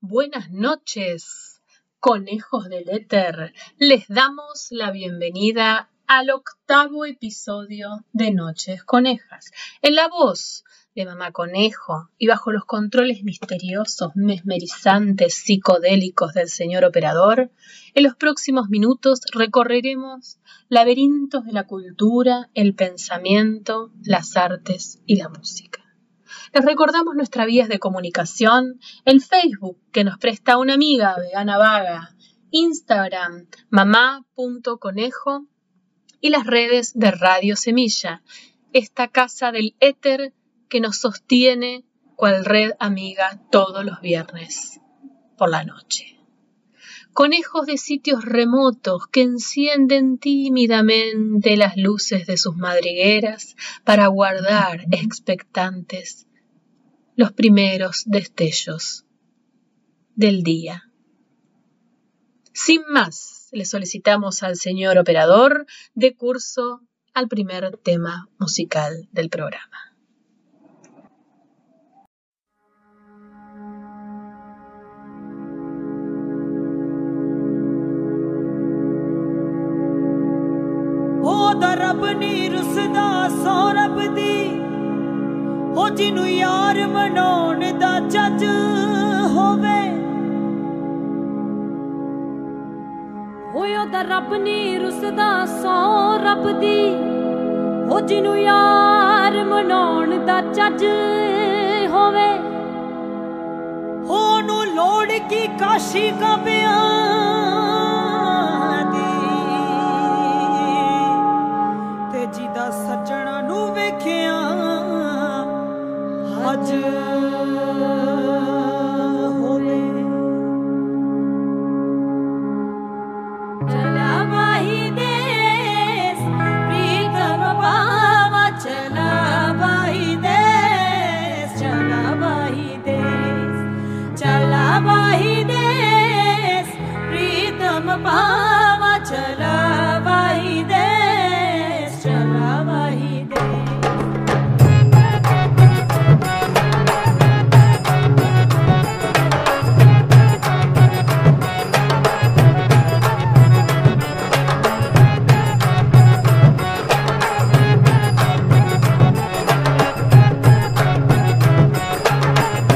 Buenas noches, conejos del éter. Les damos la bienvenida al 8º episodio de Noches Conejas. En la voz de Mamá Conejo y bajo los controles misteriosos, mesmerizantes, psicodélicos del señor operador, en los próximos minutos recorreremos laberintos de la cultura, el pensamiento, las artes y la música. Les recordamos nuestras vías de comunicación, el Facebook que nos presta una amiga vegana vaga, Instagram mamá.conejo y las redes de Radio Semilla, esta casa del éter que nos sostiene cual red amiga todos los viernes por la noche. Conejos de sitios remotos que encienden tímidamente las luces de sus madrigueras para guardar expectantes los primeros destellos del día. Sin más, le solicitamos al señor operador de curso al primer tema musical del programa. रब नी रुसदा सौ रब दी हो जिनू यार मनाउण दा जज होवे होयो दा रब नी रुसदा सौ रब दी हो जिनू यार मनाउण दा जज होवे हो नू लोड़ की काशी का जिदा सजना नू वेखिया अज होवे चला बाही देश प्रीतम बाबा चला बाही देश चला बाही देश चला बाही देश प्रीतम बाबा चला बाही देश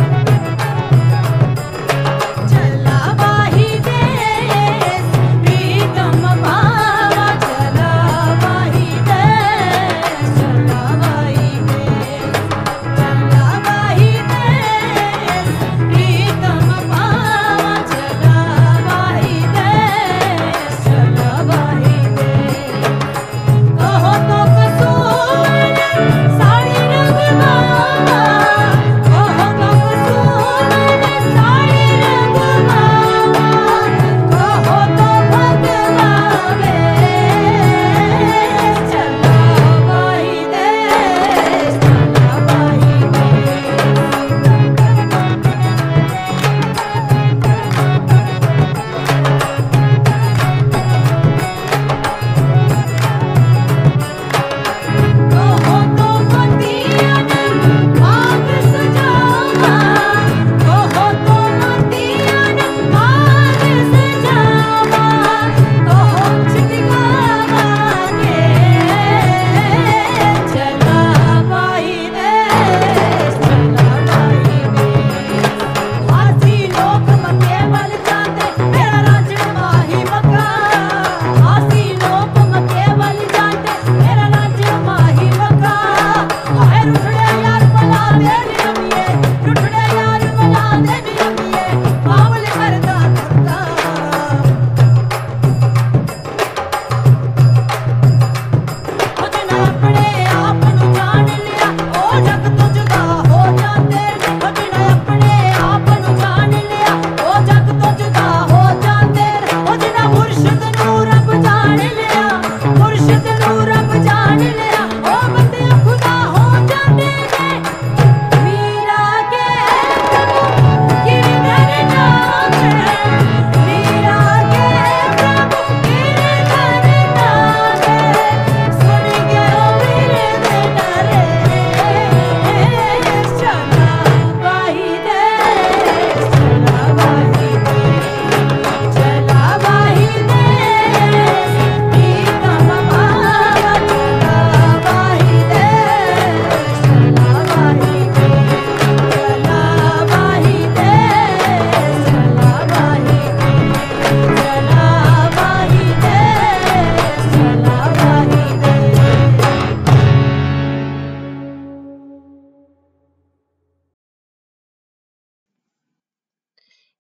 चला बाही देश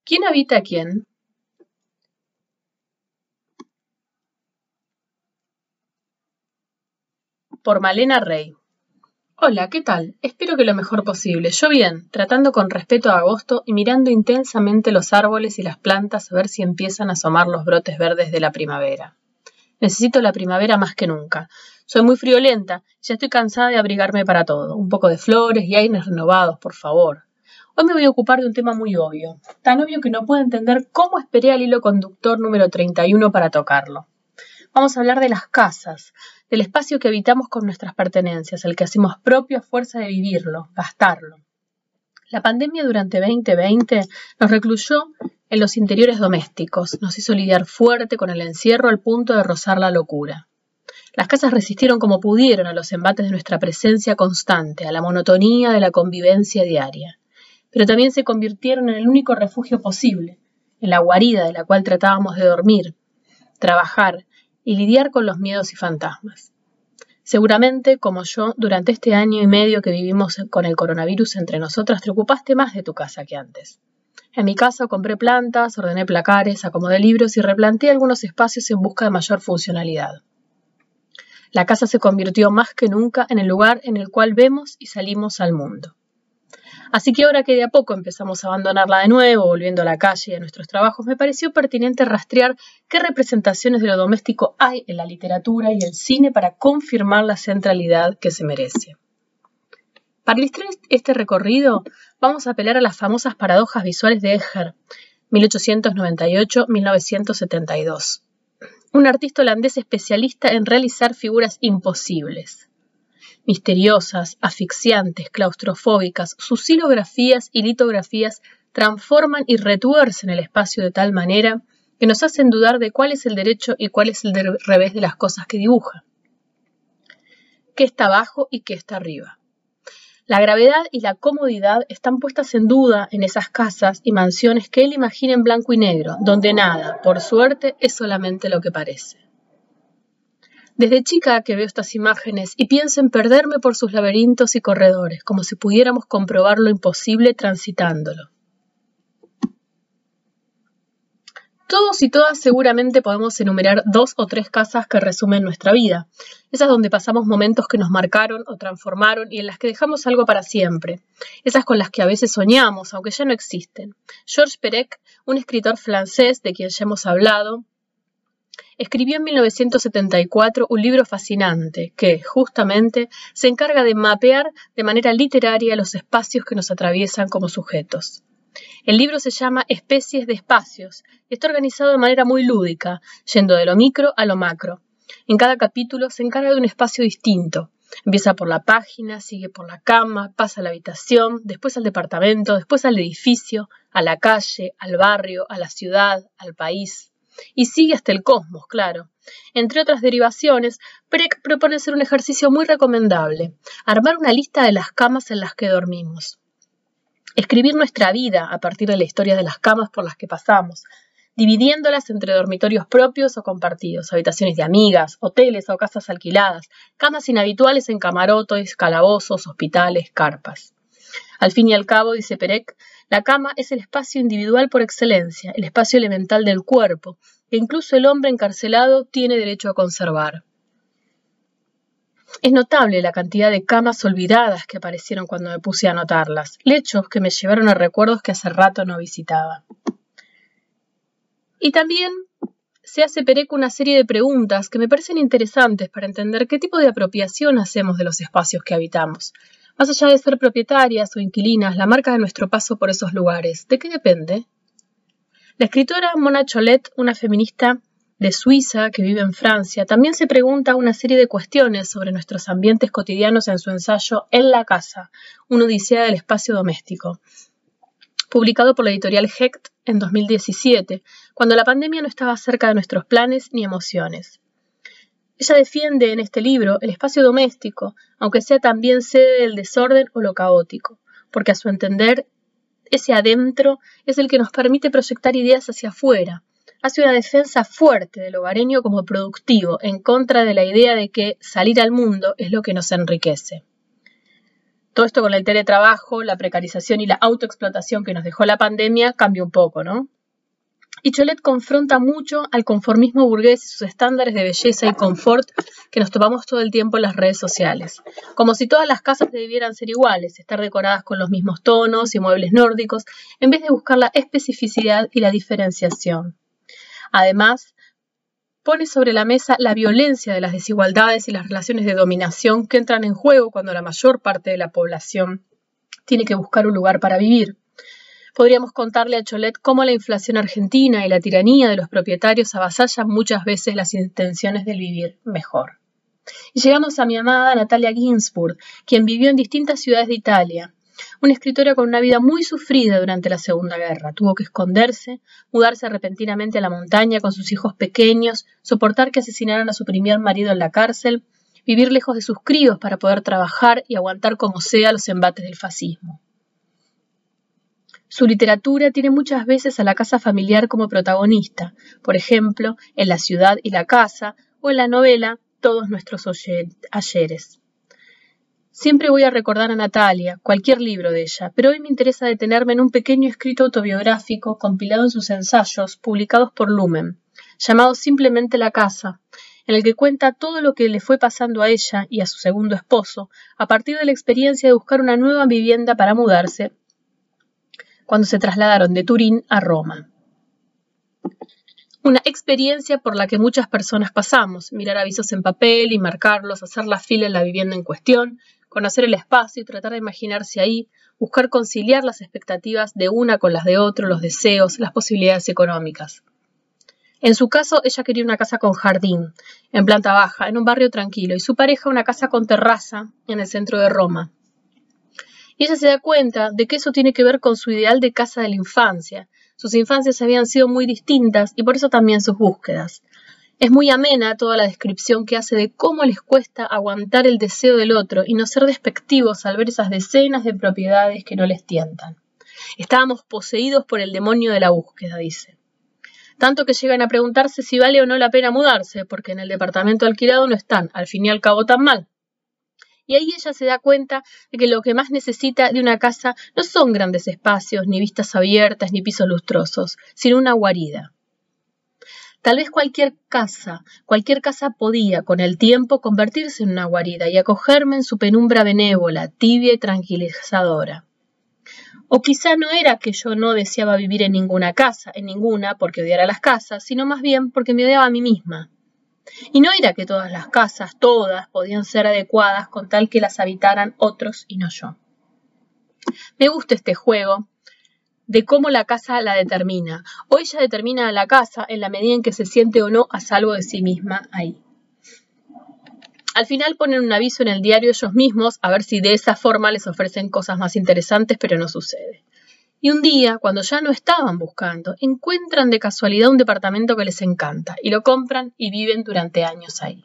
¿Quién habita a quién? Por Malena Rey. Hola, ¿qué tal? Espero que lo mejor posible. Yo bien, tratando con respeto a agosto y mirando intensamente los árboles y las plantas a ver si empiezan a asomar los brotes verdes de la primavera. Necesito la primavera más que nunca. Soy muy friolenta, ya estoy cansada de abrigarme para todo. Un poco de flores y aires renovados, por favor. Hoy me voy a ocupar de un tema muy obvio, tan obvio que no puedo entender cómo esperé al hilo conductor número 31 para tocarlo. Vamos a hablar de las casas, del espacio que habitamos con nuestras pertenencias, el que hacemos propio a fuerza de vivirlo, gastarlo. La pandemia durante 2020 nos recluyó en los interiores domésticos, nos hizo lidiar fuerte con el encierro al punto de rozar la locura. Las casas resistieron como pudieron a los embates de nuestra presencia constante, a la monotonía de la convivencia diaria. Pero también se convirtieron en el único refugio posible, en la guarida de la cual tratábamos de dormir, trabajar y lidiar con los miedos y fantasmas. Seguramente, como yo, durante este año y medio que vivimos con el coronavirus entre nosotras, te ocupaste más de tu casa que antes. En mi caso compré plantas, ordené placares, acomodé libros y replanteé algunos espacios en busca de mayor funcionalidad. La casa se convirtió más que nunca en el lugar en el cual vemos y salimos al mundo. Así que ahora que de a poco empezamos a abandonarla de nuevo, volviendo a la calle y a nuestros trabajos, me pareció pertinente rastrear qué representaciones de lo doméstico hay en la literatura y el cine para confirmar la centralidad que se merece. Para ilustrar este recorrido, vamos a apelar a las famosas paradojas visuales de Edgar, 1898-1972, un artista holandés especialista en realizar figuras imposibles. Misteriosas, asfixiantes, claustrofóbicas, sus xilografías y litografías transforman y retuercen el espacio de tal manera que nos hacen dudar de cuál es el derecho y cuál es el revés de las cosas que dibuja. ¿Qué está abajo y qué está arriba? La gravedad y la comodidad están puestas en duda en esas casas y mansiones que él imagina en blanco y negro, donde nada, por suerte, es solamente lo que parece. Desde chica que veo estas imágenes y pienso en perderme por sus laberintos y corredores, como si pudiéramos comprobar lo imposible transitándolo. Todos y todas seguramente podemos enumerar 2 o 3 casas que resumen nuestra vida, esas donde pasamos momentos que nos marcaron o transformaron y en las que dejamos algo para siempre, esas con las que a veces soñamos, aunque ya no existen. Georges Perec, un escritor francés de quien ya hemos hablado, escribió en 1974 un libro fascinante que, justamente, se encarga de mapear de manera literaria los espacios que nos atraviesan como sujetos. El libro se llama Especies de espacios y está organizado de manera muy lúdica, yendo de lo micro a lo macro. En cada capítulo se encarga de un espacio distinto. Empieza por la página, sigue por la cama, pasa a la habitación, después al departamento, después al edificio, a la calle, al barrio, a la ciudad, al país. Y sigue hasta el cosmos, claro. Entre otras derivaciones, Perec propone hacer un ejercicio muy recomendable, armar una lista de las camas en las que dormimos. Escribir nuestra vida a partir de la historia de las camas por las que pasamos, dividiéndolas entre dormitorios propios o compartidos, habitaciones de amigas, hoteles o casas alquiladas, camas inhabituales en camarotes, calabozos, hospitales, carpas. Al fin y al cabo, dice Perec, la cama es el espacio individual por excelencia, el espacio elemental del cuerpo, que incluso el hombre encarcelado tiene derecho a conservar. Es notable la cantidad de camas olvidadas que aparecieron cuando me puse a anotarlas, lechos que me llevaron a recuerdos que hace rato no visitaba. Y también se hace Perec una serie de preguntas que me parecen interesantes para entender qué tipo de apropiación hacemos de los espacios que habitamos. Más allá de ser propietarias o inquilinas, la marca de nuestro paso por esos lugares, ¿de qué depende? La escritora Mona Chollet, una feminista de Suiza que vive en Francia, también se pregunta una serie de cuestiones sobre nuestros ambientes cotidianos en su ensayo En la casa, una odisea del espacio doméstico, publicado por la editorial Hecht en 2017, cuando la pandemia no estaba cerca de nuestros planes ni emociones. Ella defiende en este libro el espacio doméstico, aunque sea también sede del desorden o lo caótico, porque a su entender, ese adentro es el que nos permite proyectar ideas hacia afuera. Hace una defensa fuerte del hogareño como productivo, en contra de la idea de que salir al mundo es lo que nos enriquece. Todo esto con el teletrabajo, la precarización y la autoexplotación que nos dejó la pandemia cambió un poco, ¿no? Y Cholet confronta mucho al conformismo burgués y sus estándares de belleza y confort que nos topamos todo el tiempo en las redes sociales. Como si todas las casas debieran ser iguales, estar decoradas con los mismos tonos y muebles nórdicos, en vez de buscar la especificidad y la diferenciación. Además, pone sobre la mesa la violencia de las desigualdades y las relaciones de dominación que entran en juego cuando la mayor parte de la población tiene que buscar un lugar para vivir. Podríamos contarle a Cholet cómo la inflación argentina y la tiranía de los propietarios avasallan muchas veces las intenciones del vivir mejor. Y llegamos a mi amada Natalia Ginzburg, quien vivió en distintas ciudades de Italia. Una escritora con una vida muy sufrida durante la Segunda Guerra. Tuvo que esconderse, mudarse repentinamente a la montaña con sus hijos pequeños, soportar que asesinaran a su primer marido en la cárcel, vivir lejos de sus críos para poder trabajar y aguantar como sea los embates del fascismo. Su literatura tiene muchas veces a la casa familiar como protagonista, por ejemplo, en La ciudad y la casa o en la novela Todos nuestros ayeres. Siempre voy a recordar a Natalia, cualquier libro de ella, pero hoy me interesa detenerme en un pequeño escrito autobiográfico compilado en sus ensayos, publicados por Lumen, llamado simplemente La casa, en el que cuenta todo lo que le fue pasando a ella y a su segundo esposo a partir de la experiencia de buscar una nueva vivienda para mudarse cuando se trasladaron de Turín a Roma. Una experiencia por la que muchas personas pasamos, mirar avisos en papel y marcarlos, hacer la fila en la vivienda en cuestión, conocer el espacio y tratar de imaginarse ahí, buscar conciliar las expectativas de una con las de otro, los deseos, las posibilidades económicas. En su caso, ella quería una casa con jardín, en planta baja, en un barrio tranquilo, y su pareja una casa con terraza en el centro de Roma. Y ella se da cuenta de que eso tiene que ver con su ideal de casa de la infancia. Sus infancias habían sido muy distintas y por eso también sus búsquedas. Es muy amena toda la descripción que hace de cómo les cuesta aguantar el deseo del otro y no ser despectivos al ver esas decenas de propiedades que no les tientan. Estábamos poseídos por el demonio de la búsqueda, dice. Tanto que llegan a preguntarse si vale o no la pena mudarse, porque en el departamento alquilado no están, al fin y al cabo, tan mal. Y ahí ella se da cuenta de que lo que más necesita de una casa no son grandes espacios, ni vistas abiertas, ni pisos lustrosos, sino una guarida. Tal vez cualquier casa podía, con el tiempo, convertirse en una guarida y acogerme en su penumbra benévola, tibia y tranquilizadora. O quizá no era que yo no deseaba vivir en ninguna casa, porque odiara las casas, sino más bien porque me odiaba a mí misma. Y no era que todas las casas, todas, podían ser adecuadas con tal que las habitaran otros y no yo. Me gusta este juego de cómo la casa la determina, o ella determina a la casa en la medida en que se siente o no a salvo de sí misma ahí. Al final ponen un aviso en el diario ellos mismos a ver si de esa forma les ofrecen cosas más interesantes, pero no sucede. Y un día, cuando ya no estaban buscando, encuentran de casualidad un departamento que les encanta y lo compran y viven durante años ahí.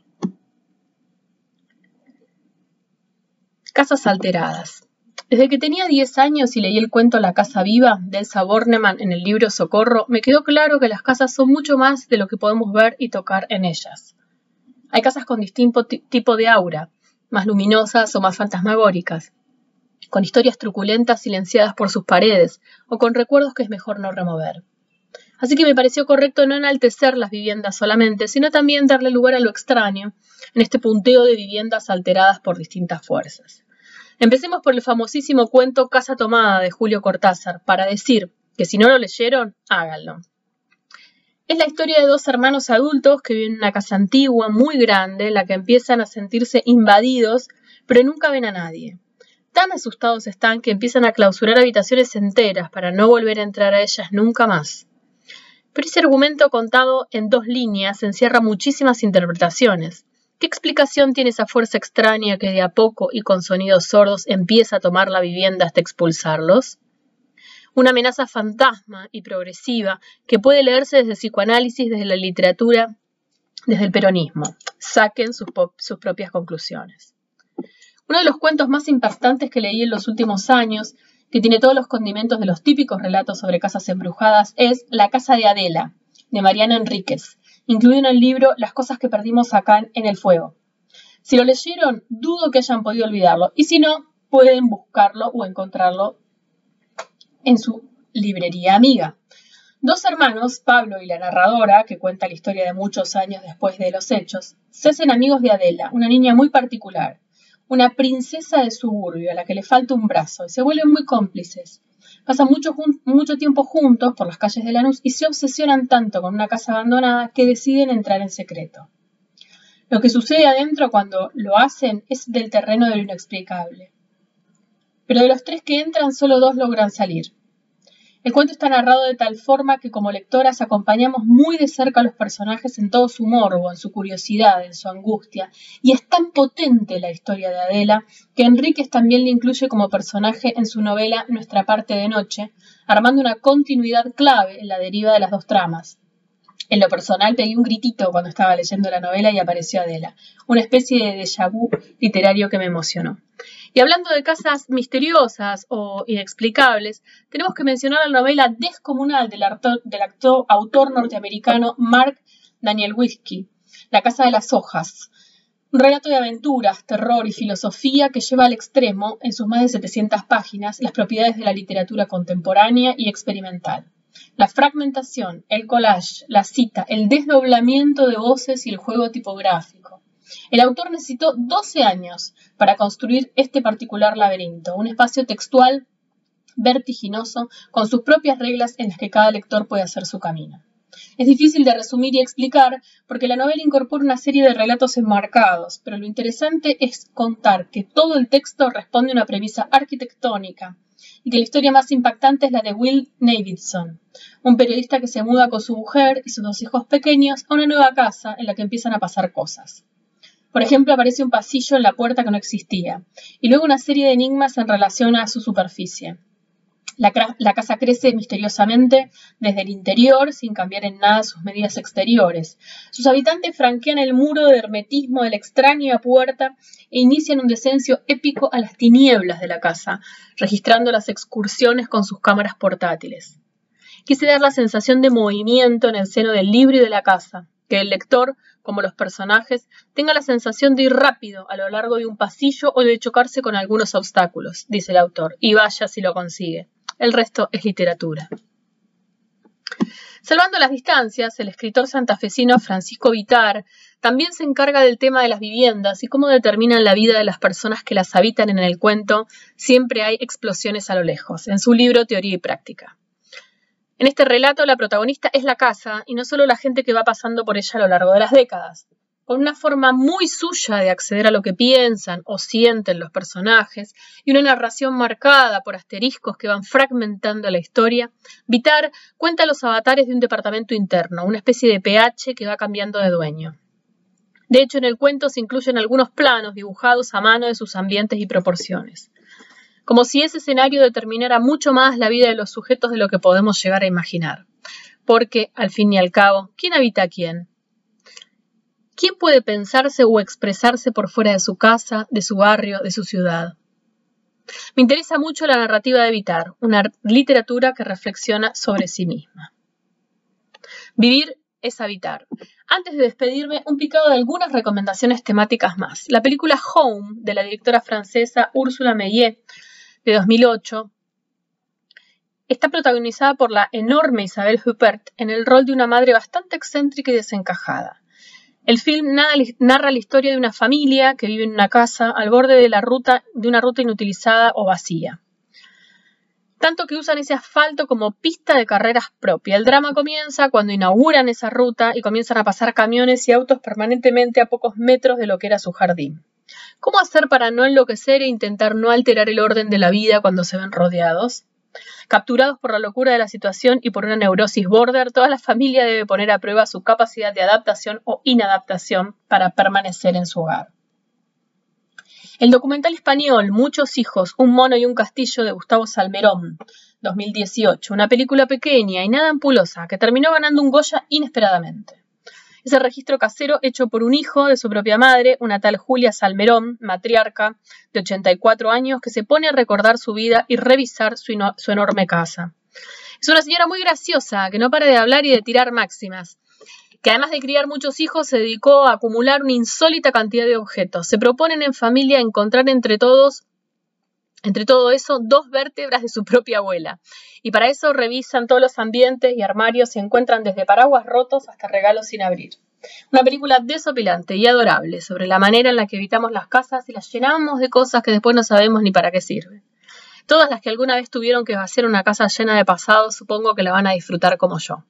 Casas alteradas. Desde que tenía 10 años y leí el cuento La casa viva de Elsa Bornemann en el libro Socorro, me quedó claro que las casas son mucho más de lo que podemos ver y tocar en ellas. Hay casas con distinto tipo de aura, más luminosas o más fantasmagóricas, con historias truculentas silenciadas por sus paredes, o con recuerdos que es mejor no remover. Así que me pareció correcto no enaltecer las viviendas solamente, sino también darle lugar a lo extraño, en este punteo de viviendas alteradas por distintas fuerzas. Empecemos por el famosísimo cuento Casa tomada de Julio Cortázar, para decir que si no lo leyeron, háganlo. Es la historia de dos hermanos adultos que viven en una casa antigua, muy grande, en la que empiezan a sentirse invadidos, pero nunca ven a nadie. Tan asustados están que empiezan a clausurar habitaciones enteras para no volver a entrar a ellas nunca más. Pero ese argumento contado en 2 líneas encierra muchísimas interpretaciones. ¿Qué explicación tiene esa fuerza extraña que de a poco y con sonidos sordos empieza a tomar la vivienda hasta expulsarlos? Una amenaza fantasma y progresiva que puede leerse desde el psicoanálisis, desde la literatura, desde el peronismo. Saquen sus propias conclusiones. Uno de los cuentos más impactantes que leí en los últimos años, que tiene todos los condimentos de los típicos relatos sobre casas embrujadas, es La casa de Adela, de Mariana Enríquez, incluido en el libro Las cosas que perdimos acá en el fuego. Si lo leyeron, dudo que hayan podido olvidarlo, y si no, pueden buscarlo o encontrarlo en su librería amiga. Dos hermanos, Pablo y la narradora, que cuenta la historia de muchos años después de los hechos, se hacen amigos de Adela, una niña muy particular, una princesa de suburbio a la que le falta un brazo, y se vuelven muy cómplices. Pasan mucho tiempo juntos por las calles de Lanús y se obsesionan tanto con una casa abandonada que deciden entrar en secreto. Lo que sucede adentro cuando lo hacen es del terreno de lo inexplicable. Pero de los tres que entran, solo dos logran salir. El cuento está narrado de tal forma que como lectoras acompañamos muy de cerca a los personajes en todo su morbo, en su curiosidad, en su angustia, y es tan potente la historia de Adela que Enríquez también le incluye como personaje en su novela Nuestra parte de noche, armando una continuidad clave en la deriva de las dos tramas. En lo personal pegué un gritito cuando estaba leyendo la novela y apareció Adela, una especie de déjà vu literario que me emocionó. Y hablando de casas misteriosas o inexplicables, tenemos que mencionar la novela Descomunal del autor norteamericano Mark Danielewski, La casa de las hojas, un relato de aventuras, terror y filosofía que lleva al extremo, en sus más de 700 páginas, las propiedades de la literatura contemporánea y experimental. La fragmentación, el collage, la cita, el desdoblamiento de voces y el juego tipográfico. El autor necesitó 12 años para construir este particular laberinto, un espacio textual vertiginoso con sus propias reglas en las que cada lector puede hacer su camino. Es difícil de resumir y explicar porque la novela incorpora una serie de relatos enmarcados, pero lo interesante es contar que todo el texto responde a una premisa arquitectónica y que la historia más impactante es la de Will Davidson, un periodista que se muda con su mujer y sus dos hijos pequeños a una nueva casa en la que empiezan a pasar cosas. Por ejemplo, aparece un pasillo en la puerta que no existía, y luego una serie de enigmas en relación a su superficie. La casa crece misteriosamente desde el interior, sin cambiar en nada sus medidas exteriores. Sus habitantes franquean el muro de hermetismo de la extraña puerta e inician un descenso épico a las tinieblas de la casa, registrando las excursiones con sus cámaras portátiles. Quise dar la sensación de movimiento en el seno del libro y de la casa, que el lector, como los personajes, tenga la sensación de ir rápido a lo largo de un pasillo o de chocarse con algunos obstáculos, dice el autor, y vaya si lo consigue. El resto es literatura. Salvando las distancias, el escritor santafesino Francisco Vitar también se encarga del tema de las viviendas y cómo determinan la vida de las personas que las habitan. En el cuento Siempre hay explosiones a lo lejos, en su libro Teoría y Práctica. En este relato la protagonista es la casa y no solo la gente que va pasando por ella a lo largo de las décadas. Con una forma muy suya de acceder a lo que piensan o sienten los personajes y una narración marcada por asteriscos que van fragmentando la historia, Vitar cuenta los avatares de un departamento interno, una especie de pH que va cambiando de dueño. De hecho, en el cuento se incluyen algunos planos dibujados a mano de sus ambientes y proporciones, como si ese escenario determinara mucho más la vida de los sujetos de lo que podemos llegar a imaginar. Porque, al fin y al cabo, ¿quién habita a quién? ¿Quién puede pensarse o expresarse por fuera de su casa, de su barrio, de su ciudad? Me interesa mucho la narrativa de Vitar, una literatura que reflexiona sobre sí misma. Vivir es habitar. Antes de despedirme, un picado de algunas recomendaciones temáticas más. La película Home, de la directora francesa Ursula Meillet, de 2008, está protagonizada por la enorme Isabelle Huppert en el rol de una madre bastante excéntrica y desencajada. El film narra la historia de una familia que vive en una casa al borde de una ruta inutilizada o vacía. Tanto que usan ese asfalto como pista de carreras propia. El drama comienza cuando inauguran esa ruta y comienzan a pasar camiones y autos permanentemente a pocos metros de lo que era su jardín. ¿Cómo hacer para no enloquecer e intentar no alterar el orden de la vida cuando se ven rodeados? Capturados por la locura de la situación y por una neurosis border, toda la familia debe poner a prueba su capacidad de adaptación o inadaptación para permanecer en su hogar. El documental español Muchos hijos, un mono y un castillo de Gustavo Salmerón, 2018, una película pequeña y nada ampulosa que terminó ganando un Goya inesperadamente. Ese registro casero hecho por un hijo de su propia madre, una tal Julia Salmerón, matriarca de 84 años, que se pone a recordar su vida y revisar su enorme casa. Es una señora muy graciosa, que no para de hablar y de tirar máximas, que además de criar muchos hijos, se dedicó a acumular una insólita cantidad de objetos. Se proponen en familia encontrar entre todos Entre todo eso, 2 vértebras de su propia abuela. Y para eso revisan todos los ambientes y armarios y encuentran desde paraguas rotos hasta regalos sin abrir. Una película desopilante y adorable sobre la manera en la que evitamos las casas y las llenamos de cosas que después no sabemos ni para qué sirven. Todas las que alguna vez tuvieron que vaciar una casa llena de pasado, supongo que la van a disfrutar como yo.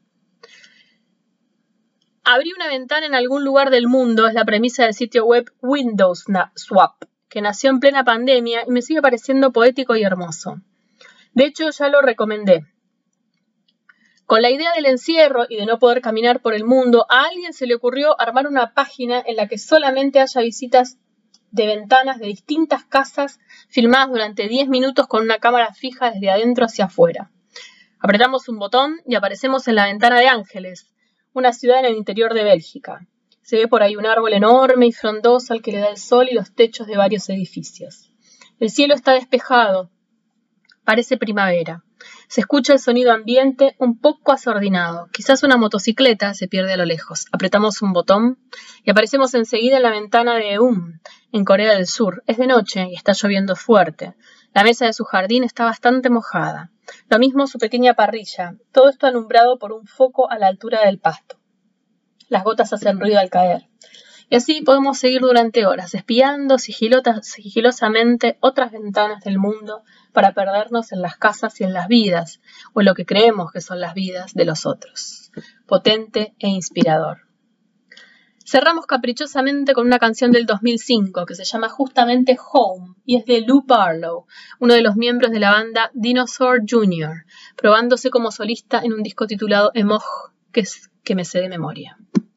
Abrí una ventana en algún lugar del mundo es la premisa del sitio web Windows Swap, que nació en plena pandemia y me sigue pareciendo poético y hermoso. De hecho, ya lo recomendé. Con la idea del encierro y de no poder caminar por el mundo, a alguien se le ocurrió armar una página en la que solamente haya visitas de ventanas de distintas casas filmadas durante 10 minutos con una cámara fija desde adentro hacia afuera. Apretamos un botón y aparecemos en la ventana de Ángeles, una ciudad en el interior de Bélgica. Se ve por ahí un árbol enorme y frondoso al que le da el sol y los techos de varios edificios. El cielo está despejado. Parece primavera. Se escucha el sonido ambiente un poco asordinado. Quizás una motocicleta se pierde a lo lejos. Apretamos un botón y aparecemos enseguida en la ventana de Eum, en Corea del Sur. Es de noche y está lloviendo fuerte. La mesa de su jardín está bastante mojada. Lo mismo su pequeña parrilla. Todo esto alumbrado por un foco a la altura del pasto. Las gotas hacen ruido al caer. Y así podemos seguir durante horas, espiando sigilosamente otras ventanas del mundo para perdernos en las casas y en las vidas, o en lo que creemos que son las vidas de los otros. Potente e inspirador. Cerramos caprichosamente con una canción del 2005 que se llama justamente Home y es de Lou Barlow, uno de los miembros de la banda Dinosaur Jr., probándose como solista en un disco titulado Emoj, que me sé de memoria.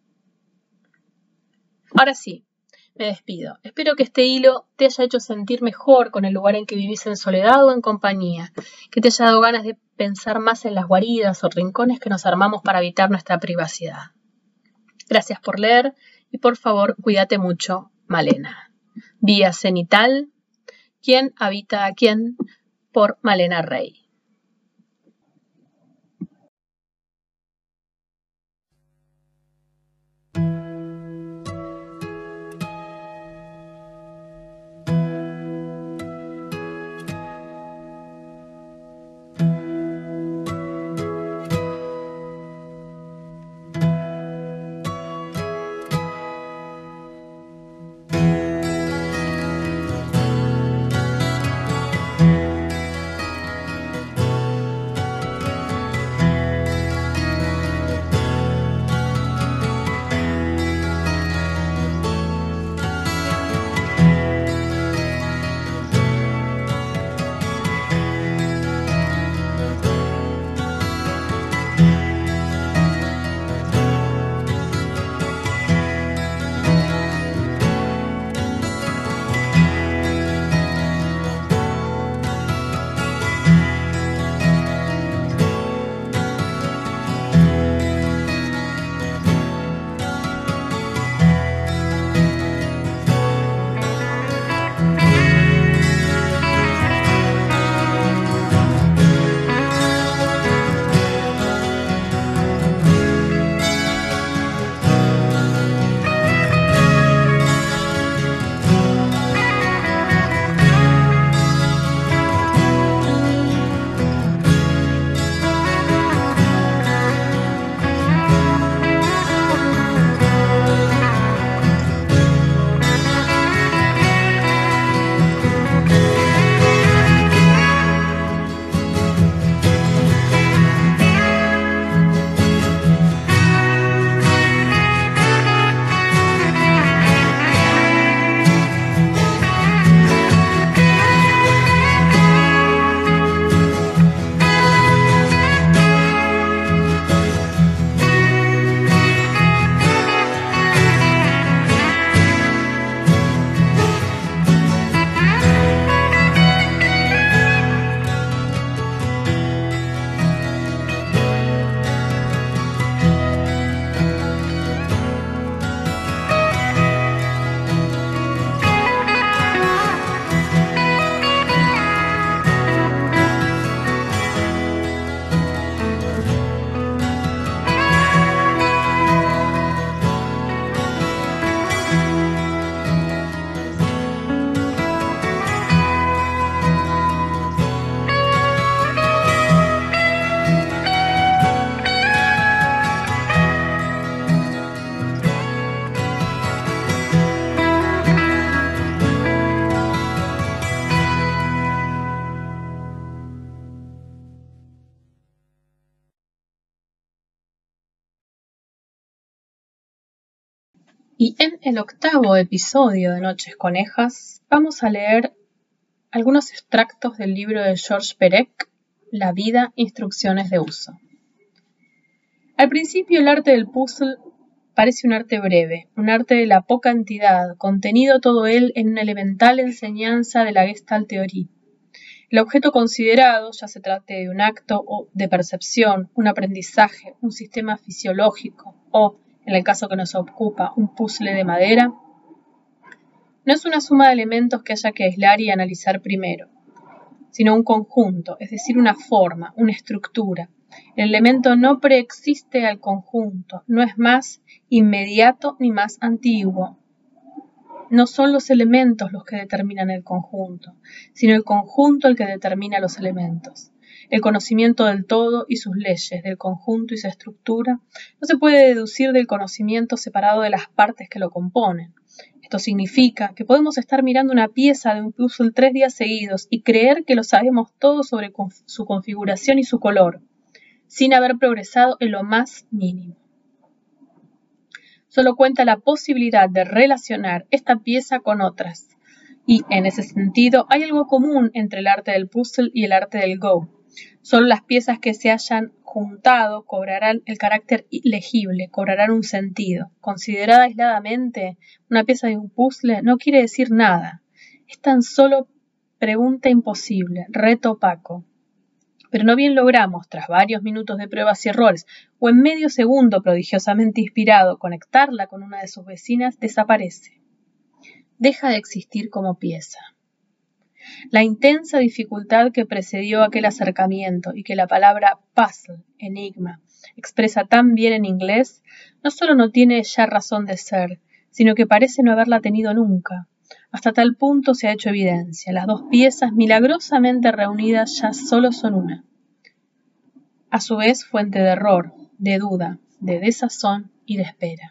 Ahora sí, me despido. Espero que este hilo te haya hecho sentir mejor con el lugar en que vivís en soledad o en compañía, que te haya dado ganas de pensar más en las guaridas o rincones que nos armamos para evitar nuestra privacidad. Gracias por leer y por favor cuídate mucho, Malena. Vía Cenital, ¿Quién habita a quién? Por Malena Rey. Y en el 8º episodio de Noches Conejas vamos a leer algunos extractos del libro de Georges Perec, La vida, instrucciones de uso. Al principio el arte del puzzle parece un arte breve, un arte de la poca entidad, contenido todo él en una elemental enseñanza de la Gestalt Theorie. El objeto considerado, ya se trate de un acto o de percepción, un aprendizaje, un sistema fisiológico o, en el caso que nos ocupa, un puzzle de madera, no es una suma de elementos que haya que aislar y analizar primero, sino un conjunto, es decir, una forma, una estructura. El elemento no preexiste al conjunto, no es más inmediato ni más antiguo. No son los elementos los que determinan el conjunto, sino el conjunto el que determina los elementos. El conocimiento del todo y sus leyes, del conjunto y su estructura, no se puede deducir del conocimiento separado de las partes que lo componen. Esto significa que podemos estar mirando una pieza de un puzzle 3 días seguidos y creer que lo sabemos todo sobre su configuración y su color, sin haber progresado en lo más mínimo. Solo cuenta la posibilidad de relacionar esta pieza con otras, y en ese sentido hay algo común entre el arte del puzzle y el arte del Go. Solo las piezas que se hayan juntado cobrarán el carácter legible, cobrarán un sentido. Considerada aisladamente, una pieza de un puzzle no quiere decir nada. Es tan solo pregunta imposible, reto opaco. Pero no bien logramos, tras varios minutos de pruebas y errores, o en medio segundo prodigiosamente inspirado, conectarla con una de sus vecinas, desaparece. Deja de existir como pieza. La intensa dificultad que precedió aquel acercamiento y que la palabra puzzle, enigma, expresa tan bien en inglés, no solo no tiene ya razón de ser, sino que parece no haberla tenido nunca. Hasta tal punto se ha hecho evidencia. Las dos piezas milagrosamente reunidas ya solo son una. A su vez fuente de error, de duda, de desazón y de espera.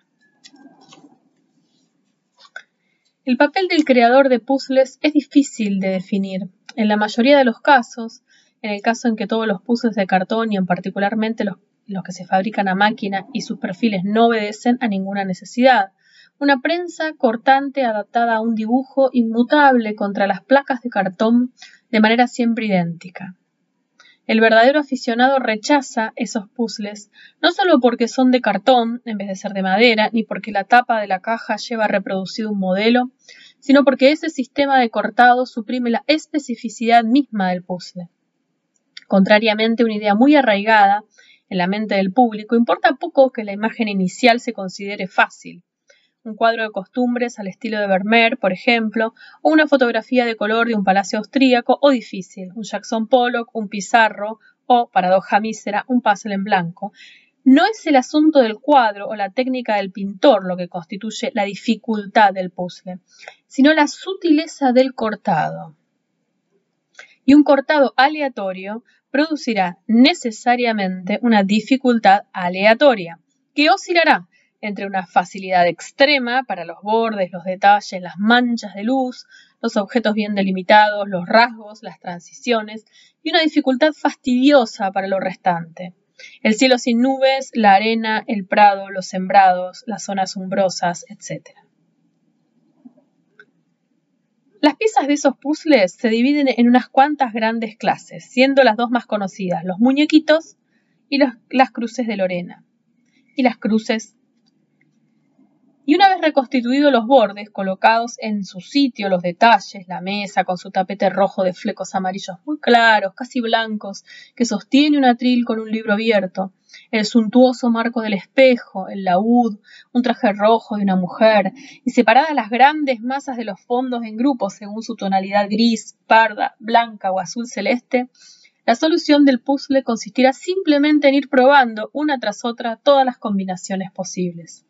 El papel del creador de puzzles es difícil de definir. En la mayoría de los casos, en el caso en que todos los puzzles de cartón y en particularmente los que se fabrican a máquina y sus perfiles no obedecen a ninguna necesidad, una prensa cortante adaptada a un dibujo inmutable contra las placas de cartón de manera siempre idéntica. El verdadero aficionado rechaza esos puzzles, no solo porque son de cartón en vez de ser de madera, ni porque la tapa de la caja lleva reproducido un modelo, sino porque ese sistema de cortado suprime la especificidad misma del puzzle. Contrariamente a una idea muy arraigada en la mente del público, importa poco que la imagen inicial se considere fácil. Un cuadro de costumbres al estilo de Vermeer, por ejemplo, o una fotografía de color de un palacio austríaco, o difícil, un Jackson Pollock, un Pizarro, o, paradoja mísera, un puzzle en blanco. No es el asunto del cuadro o la técnica del pintor lo que constituye la dificultad del puzzle, sino la sutileza del cortado. Y un cortado aleatorio producirá necesariamente una dificultad aleatoria, que oscilará entre una facilidad extrema para los bordes, los detalles, las manchas de luz, los objetos bien delimitados, los rasgos, las transiciones, y una dificultad fastidiosa para lo restante. El cielo sin nubes, la arena, el prado, los sembrados, las zonas umbrosas, etc. Las piezas de esos puzzles se dividen en unas cuantas grandes clases, siendo las dos más conocidas, los muñequitos y las cruces de Lorena, y las cruces. Y una vez reconstituidos los bordes, colocados en su sitio los detalles, la mesa con su tapete rojo de flecos amarillos muy claros, casi blancos, que sostiene un atril con un libro abierto, el suntuoso marco del espejo, el laúd, un traje rojo de una mujer, y separadas las grandes masas de los fondos en grupos según su tonalidad gris, parda, blanca o azul celeste, la solución del puzzle consistirá simplemente en ir probando una tras otra todas las combinaciones posibles.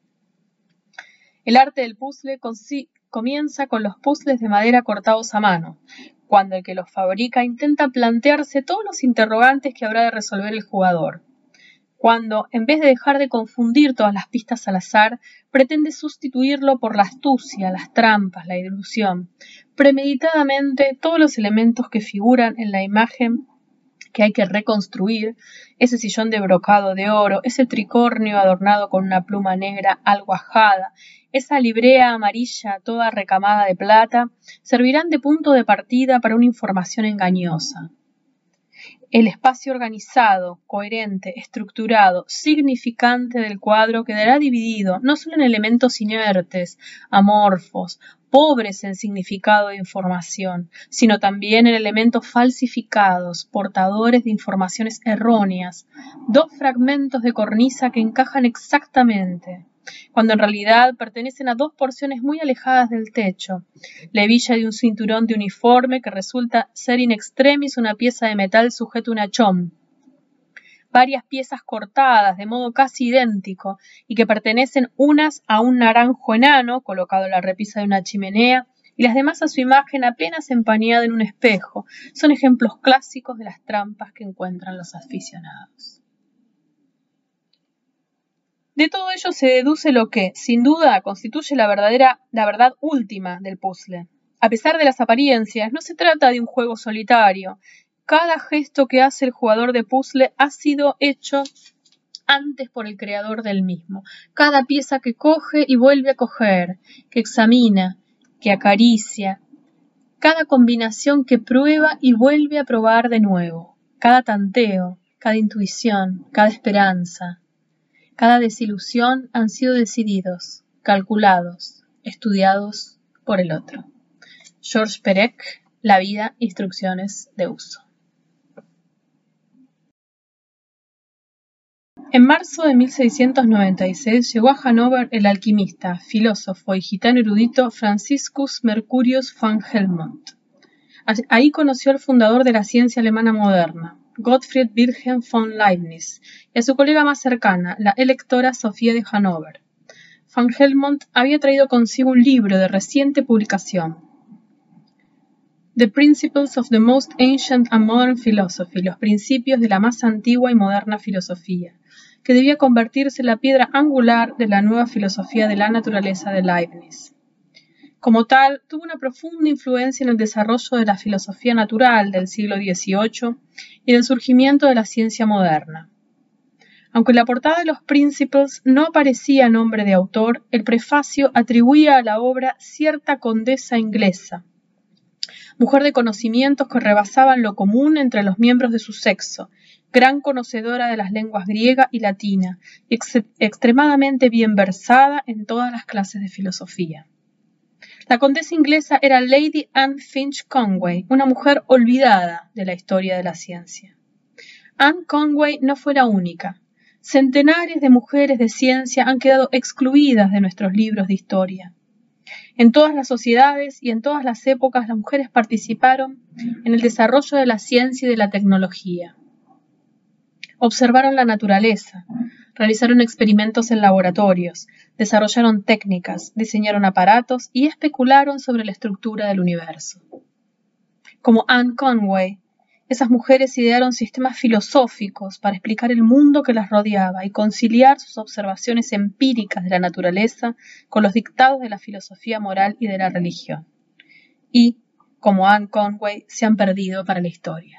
El arte del puzzle comienza con los puzzles de madera cortados a mano, cuando el que los fabrica intenta plantearse todos los interrogantes que habrá de resolver el jugador. Cuando, en vez de dejar de confundir todas las pistas al azar, pretende sustituirlo por la astucia, las trampas, la ilusión, premeditadamente todos los elementos que figuran en la imagen que hay que reconstruir, ese sillón de brocado de oro, ese tricornio adornado con una pluma negra algo ajada, esa librea amarilla toda recamada de plata, servirán de punto de partida para una información engañosa. El espacio organizado, coherente, estructurado, significante del cuadro quedará dividido no solo en elementos inertes, amorfos, pobres en significado de información, sino también en elementos falsificados, portadores de informaciones erróneas, dos fragmentos de cornisa que encajan exactamente, cuando en realidad pertenecen a dos porciones muy alejadas del techo, la hebilla de un cinturón de uniforme que resulta ser in extremis una pieza de metal sujeta a una chom, varias piezas cortadas de modo casi idéntico y que pertenecen unas a un naranjo enano colocado en la repisa de una chimenea y las demás a su imagen apenas empañada en un espejo, son ejemplos clásicos de las trampas que encuentran los aficionados. De todo ello se deduce lo que, sin duda, constituye la verdad última del puzzle. A pesar de las apariencias, no se trata de un juego solitario. Cada gesto que hace el jugador de puzzle ha sido hecho antes por el creador del mismo. Cada pieza que coge y vuelve a coger, que examina, que acaricia, cada combinación que prueba y vuelve a probar de nuevo, cada tanteo, cada intuición, cada esperanza, cada desilusión han sido decididos, calculados, estudiados por el otro. Georges Perec, La vida, instrucciones de uso. En marzo de 1696 llegó a Hannover el alquimista, filósofo y gitano erudito Franciscus Mercurius van Helmont. Ahí conoció al fundador de la ciencia alemana moderna, Gottfried Wilhelm von Leibniz, y a su colega más cercana, la electora Sofía de Hannover. Van Helmont había traído consigo un libro de reciente publicación, The Principles of the Most Ancient and Modern Philosophy, los principios de la más antigua y moderna filosofía, que debía convertirse en la piedra angular de la nueva filosofía de la naturaleza de Leibniz. Como tal, tuvo una profunda influencia en el desarrollo de la filosofía natural del siglo XVIII y en el surgimiento de la ciencia moderna. Aunque en la portada de los Principles no aparecía nombre de autor, el prefacio atribuía a la obra cierta condesa inglesa, mujer de conocimientos que rebasaban lo común entre los miembros de su sexo, gran conocedora de las lenguas griega y latina, y extremadamente bien versada en todas las clases de filosofía. La condesa inglesa era Lady Anne Finch Conway, una mujer olvidada de la historia de la ciencia. Anne Conway no fue la única. Centenares de mujeres de ciencia han quedado excluidas de nuestros libros de historia. En todas las sociedades y en todas las épocas las mujeres participaron en el desarrollo de la ciencia y de la tecnología. Observaron la naturaleza, realizaron experimentos en laboratorios, desarrollaron técnicas, diseñaron aparatos y especularon sobre la estructura del universo. Como Anne Conway, esas mujeres idearon sistemas filosóficos para explicar el mundo que las rodeaba y conciliar sus observaciones empíricas de la naturaleza con los dictados de la filosofía moral y de la religión. Y, como Anne Conway, se han perdido para la historia.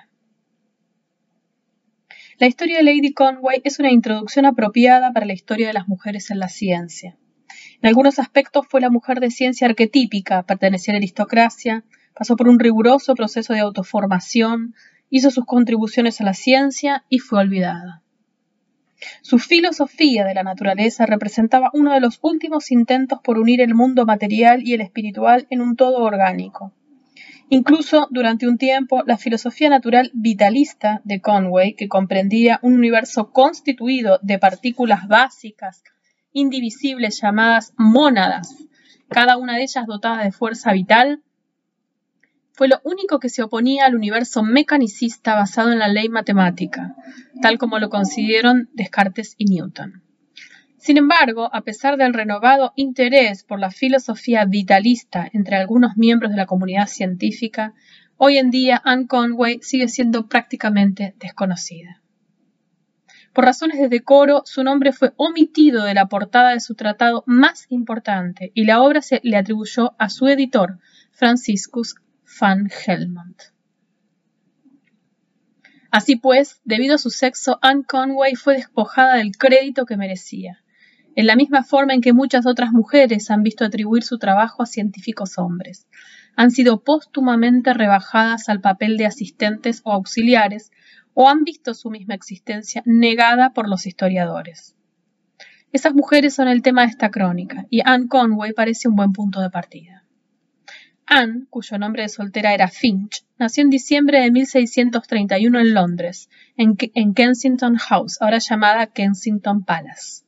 La historia de Lady Conway es una introducción apropiada para la historia de las mujeres en la ciencia. En algunos aspectos fue la mujer de ciencia arquetípica, pertenecía a la aristocracia, pasó por un riguroso proceso de autoformación, hizo sus contribuciones a la ciencia y fue olvidada. Su filosofía de la naturaleza representaba uno de los últimos intentos por unir el mundo material y el espiritual en un todo orgánico. Incluso, durante un tiempo, la filosofía natural vitalista de Conway, que comprendía un universo constituido de partículas básicas, indivisibles llamadas mónadas, cada una de ellas dotada de fuerza vital, fue lo único que se oponía al universo mecanicista basado en la ley matemática, tal como lo consiguieron Descartes y Newton. Sin embargo, a pesar del renovado interés por la filosofía vitalista entre algunos miembros de la comunidad científica, hoy en día Anne Conway sigue siendo prácticamente desconocida. Por razones de decoro, su nombre fue omitido de la portada de su tratado más importante y la obra se le atribuyó a su editor, Franciscus van Helmont. Así pues, debido a su sexo, Anne Conway fue despojada del crédito que merecía, en la misma forma en que muchas otras mujeres han visto atribuir su trabajo a científicos hombres. Han sido póstumamente rebajadas al papel de asistentes o auxiliares, o han visto su misma existencia negada por los historiadores. Esas mujeres son el tema de esta crónica, y Anne Conway parece un buen punto de partida. Anne, cuyo nombre de soltera era Finch, nació en diciembre de 1631 en Londres, en Kensington House, ahora llamada Kensington Palace.